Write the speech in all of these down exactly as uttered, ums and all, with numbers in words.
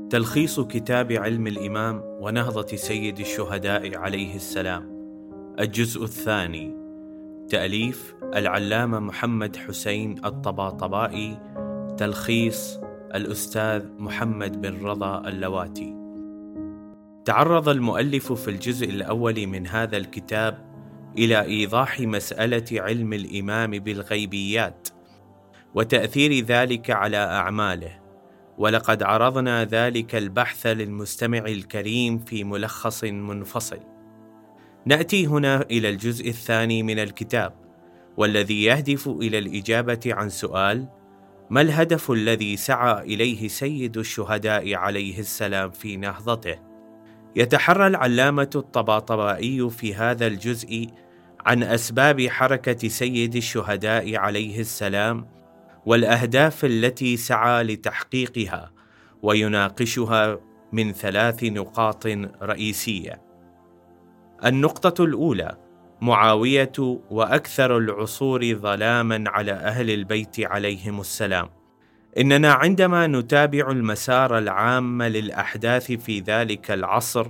تلخيص كتاب علم الإمام ونهضة سيد الشهداء عليه السلام، الجزء الثاني، تأليف العلامة محمد حسين الطباطبائي، تلخيص الأستاذ محمد بن رضا اللواتي. تعرض المؤلف في الجزء الأول من هذا الكتاب إلى إيضاح مسألة علم الإمام بالغيبيات وتأثير ذلك على أعماله، ولقد عرضنا ذلك البحث للمستمع الكريم في ملخص منفصل. نأتي هنا إلى الجزء الثاني من الكتاب، والذي يهدف إلى الإجابة عن سؤال: ما الهدف الذي سعى إليه سيد الشهداء عليه السلام في نهضته؟ يتحرى العلامة الطباطبائي في هذا الجزء عن أسباب حركة سيد الشهداء عليه السلام والأهداف التي سعى لتحقيقها، ويناقشها من ثلاث نقاط رئيسية. النقطة الأولى: معاوية وأكثر العصور ظلاما على أهل البيت عليهم السلام. إننا عندما نتابع المسار العام للأحداث في ذلك العصر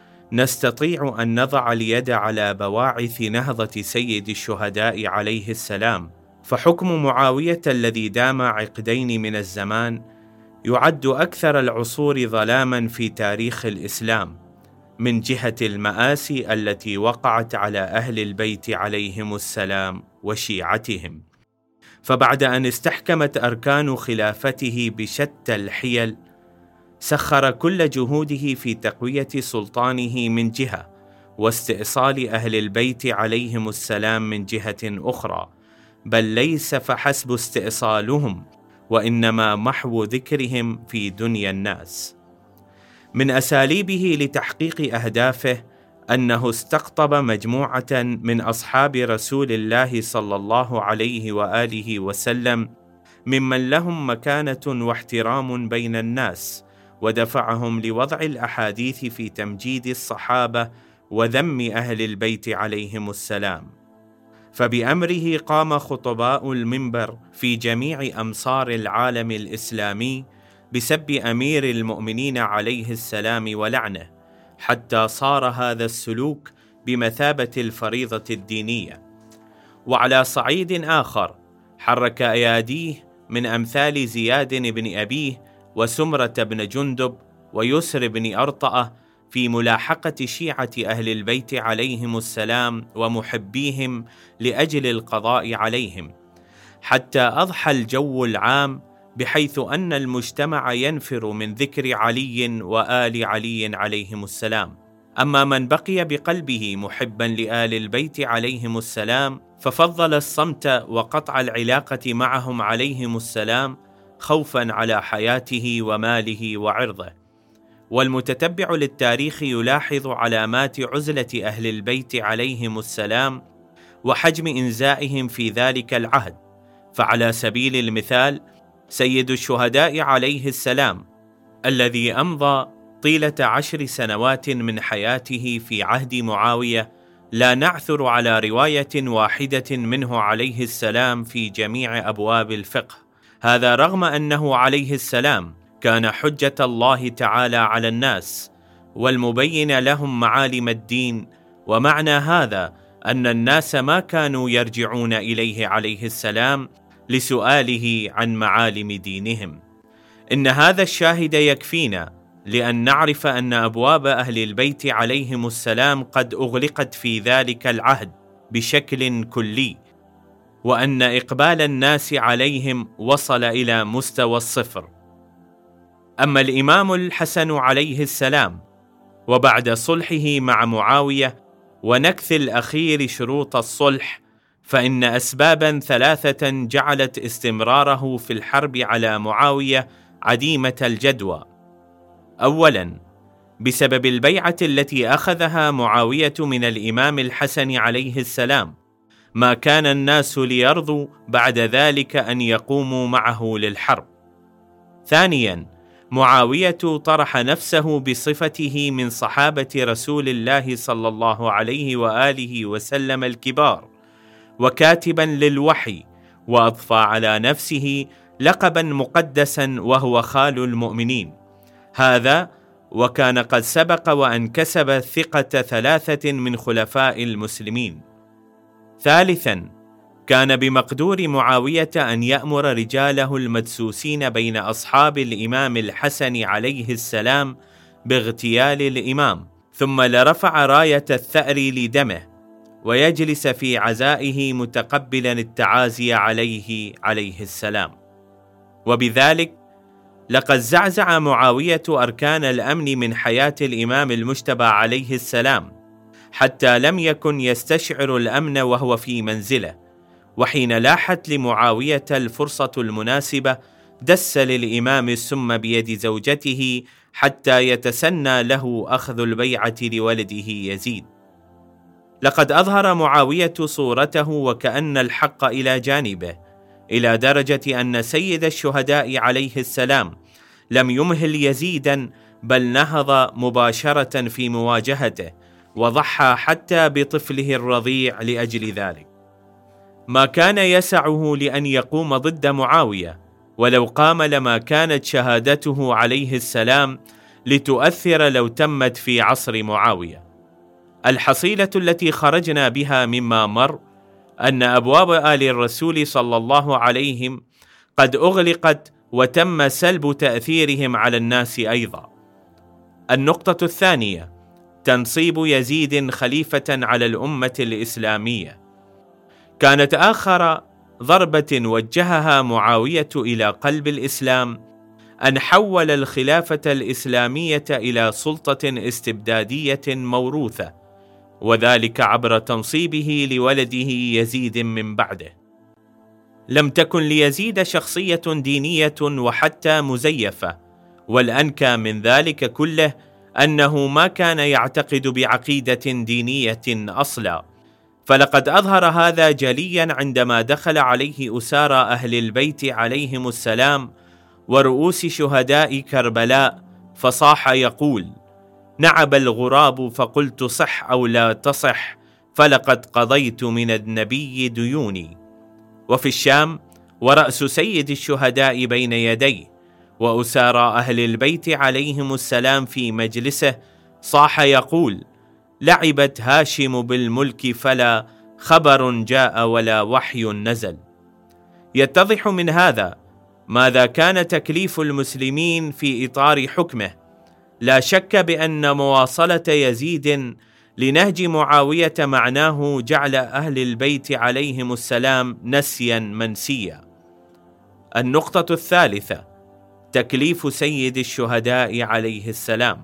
نستطيع أن نضع اليد على بواعث نهضة سيد الشهداء عليه السلام، فحكم معاوية الذي دام عقدين من الزمان يعد أكثر العصور ظلاما في تاريخ الإسلام، من جهة المآسي التي وقعت على أهل البيت عليهم السلام وشيعتهم. فبعد أن استحكمت أركان خلافته بشتى الحيل، سخر كل جهوده في تقوية سلطانه من جهة، واستئصال أهل البيت عليهم السلام من جهة أخرى، بل ليس فحسب استئصالهم، وإنما محو ذكرهم في دنيا الناس. من أساليبه لتحقيق أهدافه أنه استقطب مجموعة من أصحاب رسول الله صلى الله عليه وآله وسلم ممن لهم مكانة واحترام بين الناس، ودفعهم لوضع الأحاديث في تمجيد الصحابة وذم أهل البيت عليهم السلام. فبأمره قام خطباء المنبر في جميع أمصار العالم الإسلامي بسب أمير المؤمنين عليه السلام ولعنه، حتى صار هذا السلوك بمثابة الفريضة الدينية. وعلى صعيد آخر، حرك أياديه من أمثال زياد بن أبيه وسمرة بن جندب ويسر بن أرطأة في ملاحقة شيعة أهل البيت عليهم السلام ومحبيهم لأجل القضاء عليهم، حتى أضحى الجو العام بحيث أن المجتمع ينفر من ذكر علي وآل علي عليهم السلام. أما من بقي بقلبه محبا لآل البيت عليهم السلام ففضل الصمت وقطع العلاقة معهم عليهم السلام خوفا على حياته وماله وعرضه. والمتتبع للتاريخ يلاحظ علامات عزلة أهل البيت عليهم السلام وحجم إنزائهم في ذلك العهد. فعلى سبيل المثال، سيد الشهداء عليه السلام الذي أمضى طيلة عشر سنوات من حياته في عهد معاوية لا نعثر على رواية واحدة منه عليه السلام في جميع أبواب الفقه، هذا رغم أنه عليه السلام كان حجة الله تعالى على الناس والمبين لهم معالم الدين. ومعنى هذا أن الناس ما كانوا يرجعون إليه عليه السلام لسؤاله عن معالم دينهم. إن هذا الشاهد يكفينا لأن نعرف أن أبواب أهل البيت عليهم السلام قد أغلقت في ذلك العهد بشكل كلي، وأن إقبال الناس عليهم وصل إلى مستوى الصفر. أما الإمام الحسن عليه السلام، وبعد صلحه مع معاوية ونكث الأخير شروط الصلح، فإن أسبابا ثلاثة جعلت استمراره في الحرب على معاوية عديمة الجدوى. أولا، بسبب البيعة التي أخذها معاوية من الإمام الحسن عليه السلام، ما كان الناس ليرضوا بعد ذلك أن يقوموا معه للحرب. ثانيا، معاوية طرح نفسه بصفته من صحابة رسول الله صلى الله عليه وآله وسلم الكبار وكاتبا للوحي، وأضفى على نفسه لقبا مقدسا وهو خال المؤمنين. هذا وكان قد سبق وأن كسب ثقة ثلاثة من خلفاء المسلمين. ثالثاً، كان بمقدور معاوية أن يأمر رجاله المدسوسين بين أصحاب الإمام الحسن عليه السلام باغتيال الإمام، ثم لرفع راية الثأر لدمه، ويجلس في عزائه متقبلا التعازي عليه عليه السلام. وبذلك لقد زعزع معاوية أركان الأمن من حياة الإمام المجتبى عليه السلام، حتى لم يكن يستشعر الأمن وهو في منزله، وحين لاحت لمعاوية الفرصة المناسبة دس للإمام السم بيد زوجته حتى يتسنى له أخذ البيعة لولده يزيد. لقد أظهر معاوية صورته وكأن الحق إلى جانبه، إلى درجة أن سيد الشهداء عليه السلام لم يمهل يزيدا، بل نهض مباشرة في مواجهته، وضحى حتى بطفله الرضيع لأجل ذلك. ما كان يسعه لأن يقوم ضد معاوية، ولو قام لما كانت شهادته عليه السلام لتؤثر لو تمت في عصر معاوية. الحصيلة التي خرجنا بها مما مر أن أبواب آل الرسول صلى الله عليه قد أغلقت، وتم سلب تأثيرهم على الناس أيضا. النقطة الثانية، تنصيب يزيد خليفة على الأمة الإسلامية. كانت آخر ضربة وجهها معاوية إلى قلب الإسلام أن حول الخلافة الإسلامية إلى سلطة استبدادية موروثة، وذلك عبر تنصيبه لولده يزيد من بعده. لم تكن ليزيد شخصية دينية وحتى مزيفة، والأنكى من ذلك كله أنه ما كان يعتقد بعقيدة دينية أصلا، فلقد أظهر هذا جليا عندما دخل عليه أسارى أهل البيت عليهم السلام ورؤوس شهداء كربلاء، فصاح يقول: نعب الغراب فقلت صح أو لا تصح، فلقد قضيت من النبي ديوني. وفي الشام ورأس سيد الشهداء بين يديه وأسارى أهل البيت عليهم السلام في مجلسه، صاح يقول: لعبت هاشم بالملك فلا خبر جاء ولا وحي نزل. يتضح من هذا ماذا كان تكليف المسلمين في إطار حكمه. لا شك بأن مواصلة يزيد لنهج معاوية معناه جعل أهل البيت عليهم السلام نسيا منسيا. النقطة الثالثة، تكليف سيد الشهداء عليه السلام.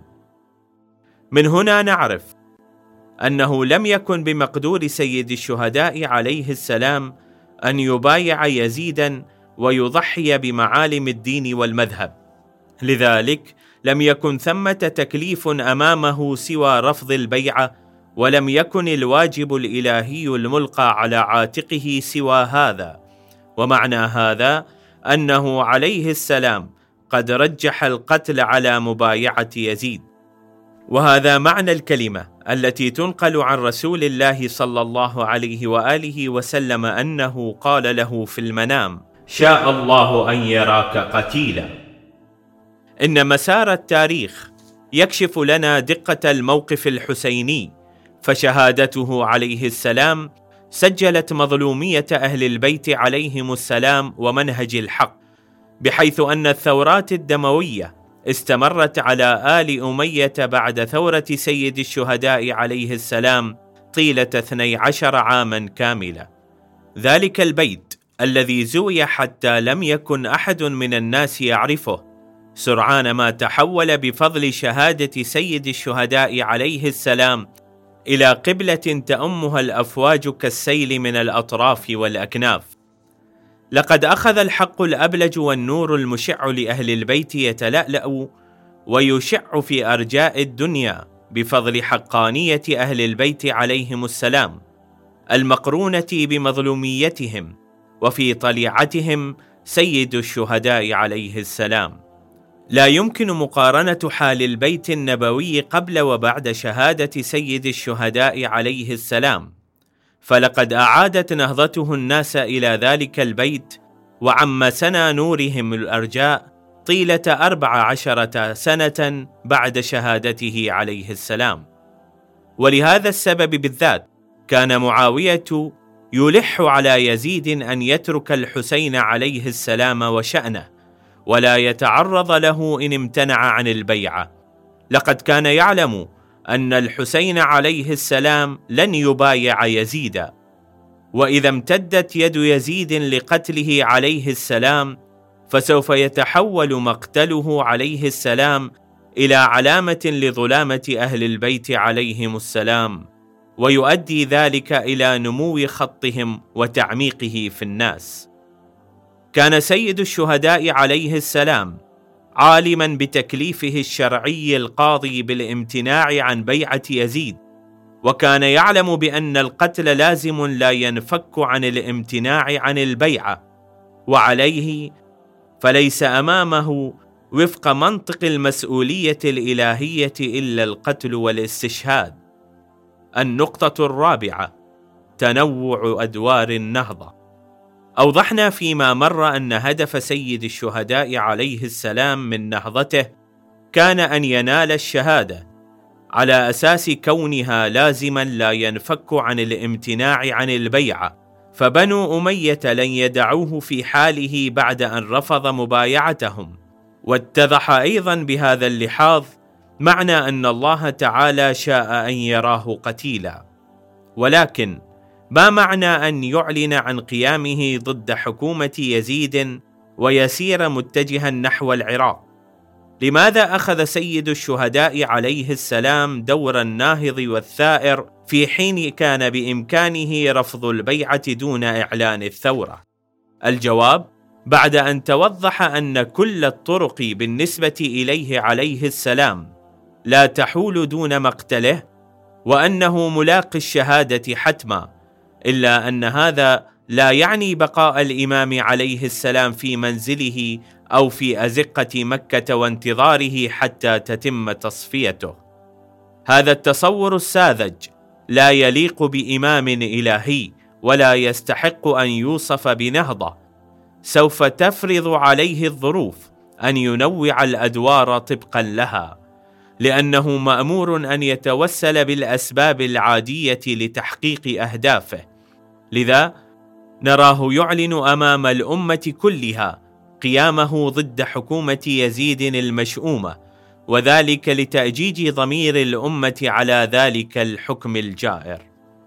من هنا نعرف أنه لم يكن بمقدور سيد الشهداء عليه السلام أن يبايع يزيدا ويضحي بمعالم الدين والمذهب، لذلك لم يكن ثمة تكليف أمامه سوى رفض البيعة، ولم يكن الواجب الإلهي الملقى على عاتقه سوى هذا. ومعنى هذا أنه عليه السلام قد رجح القتل على مبايعة يزيد. وهذا معنى الكلمة التي تنقل عن رسول الله صلى الله عليه وآله وسلم أنه قال له في المنام: شاء الله أن يراك قتيلا. إن مسار التاريخ يكشف لنا دقة الموقف الحسيني، فشهادته عليه السلام سجلت مظلومية أهل البيت عليهم السلام ومنهج الحق، بحيث أن الثورات الدموية استمرت على آل أمية بعد ثورة سيد الشهداء عليه السلام طيلة اثني عشر عاما كاملة. ذلك البيت الذي زوي حتى لم يكن أحد من الناس يعرفه، سرعان ما تحول بفضل شهادة سيد الشهداء عليه السلام إلى قبلة تأمها الأفواج كالسيل من الأطراف والأكناف. لقد أخذ الحق الأبلج والنور المشع لأهل البيت يتلألأ ويشع في أرجاء الدنيا بفضل حقانية أهل البيت عليهم السلام المقرونة بمظلوميتهم، وفي طليعتهم سيد الشهداء عليه السلام. لا يمكن مقارنة حال البيت النبوي قبل وبعد شهادة سيد الشهداء عليه السلام، فلقد أعادت نهضته الناس إلى ذلك البيت، وعم سنا نورهم الأرجاء، طيلة أربع عشرة سنة بعد شهادته عليه السلام. ولهذا السبب بالذات كان معاوية يلح على يزيد أن يترك الحسين عليه السلام وشأنه، ولا يتعرض له إن امتنع عن البيعة، لقد كان يعلم أن الحسين عليه السلام لن يبايع يزيدا، وإذا امتدت يد يزيد لقتله عليه السلام فسوف يتحول مقتله عليه السلام إلى علامة لظلامة أهل البيت عليهم السلام، ويؤدي ذلك إلى نمو خطهم وتعميقه في الناس. كان سيد الشهداء عليه السلام عالما بتكليفه الشرعي القاضي بالامتناع عن بيعة يزيد، وكان يعلم بأن القتل لازم لا ينفك عن الامتناع عن البيعة، وعليه فليس أمامه وفق منطق المسؤولية الإلهية إلا القتل والاستشهاد. النقطة الرابعة: تنوع أدوار النهضة. أوضحنا فيما مر أن هدف سيد الشهداء عليه السلام من نهضته كان أن ينال الشهادة على أساس كونها لازما لا ينفك عن الامتناع عن البيعة، فبنو أمية لن يدعوه في حاله بعد أن رفض مبايعتهم. واتضح أيضا بهذا اللحاظ معنى أن الله تعالى شاء أن يراه قتيلا. ولكن ما معنى أن يعلن عن قيامه ضد حكومة يزيد ويسير متجها نحو العراق؟ لماذا أخذ سيد الشهداء عليه السلام دور الناهض والثائر في حين كان بإمكانه رفض البيعة دون إعلان الثورة؟ الجواب: بعد أن توضح أن كل الطرق بالنسبة إليه عليه السلام لا تحول دون مقتله، وأنه ملاقي الشهادة حتما، إلا أن هذا لا يعني بقاء الإمام عليه السلام في منزله أو في أزقة مكة وانتظاره حتى تتم تصفيته. هذا التصور الساذج لا يليق بإمام إلهي ولا يستحق أن يوصف بنهضة. سوف تفرض عليه الظروف أن ينوع الأدوار طبقا لها، لأنه مأمور أن يتوسل بالأسباب العادية لتحقيق أهدافه. لذا نراه يعلن أمام الأمة كلها قيامه ضد حكومة يزيد المشؤومة، وذلك لتأجيج ضمير الأمة على ذلك الحكم الجائر.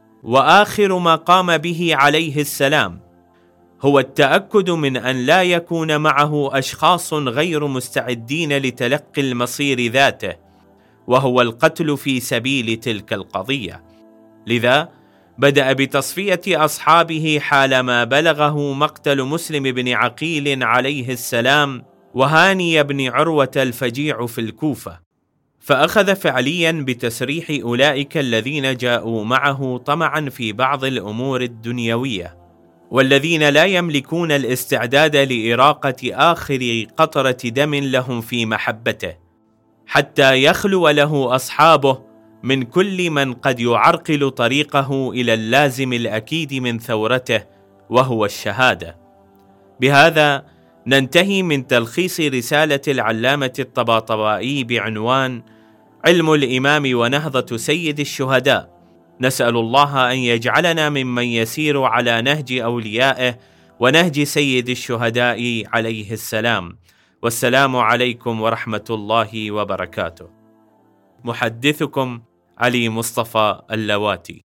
وآخر ما قام به عليه السلام هو التأكد من أن لا يكون معه أشخاص غير مستعدين لتلقي المصير ذاته، وهو القتل في سبيل تلك القضية. لذا بدأ بتصفية أصحابه حالما بلغه مقتل مسلم بن عقيل عليه السلام وهاني بن عروة الفجيع في الكوفة، فأخذ فعليا بتسريح أولئك الذين جاءوا معه طمعا في بعض الأمور الدنيوية، والذين لا يملكون الاستعداد لإراقة آخر قطرة دم لهم في محبته، حتى يخلو له أصحابه من كل من قد يعرقل طريقه إلى اللازم الأكيد من ثورته، وهو الشهادة. بهذا ننتهي من تلخيص رسالة العلامة الطباطبائي بعنوان علم الإمام ونهضة سيد الشهداء. نسأل الله أن يجعلنا ممن يسير على نهج أوليائه ونهج سيد الشهداء عليه السلام. والسلام عليكم ورحمة الله وبركاته. محدثكم علي مصطفى اللواتي.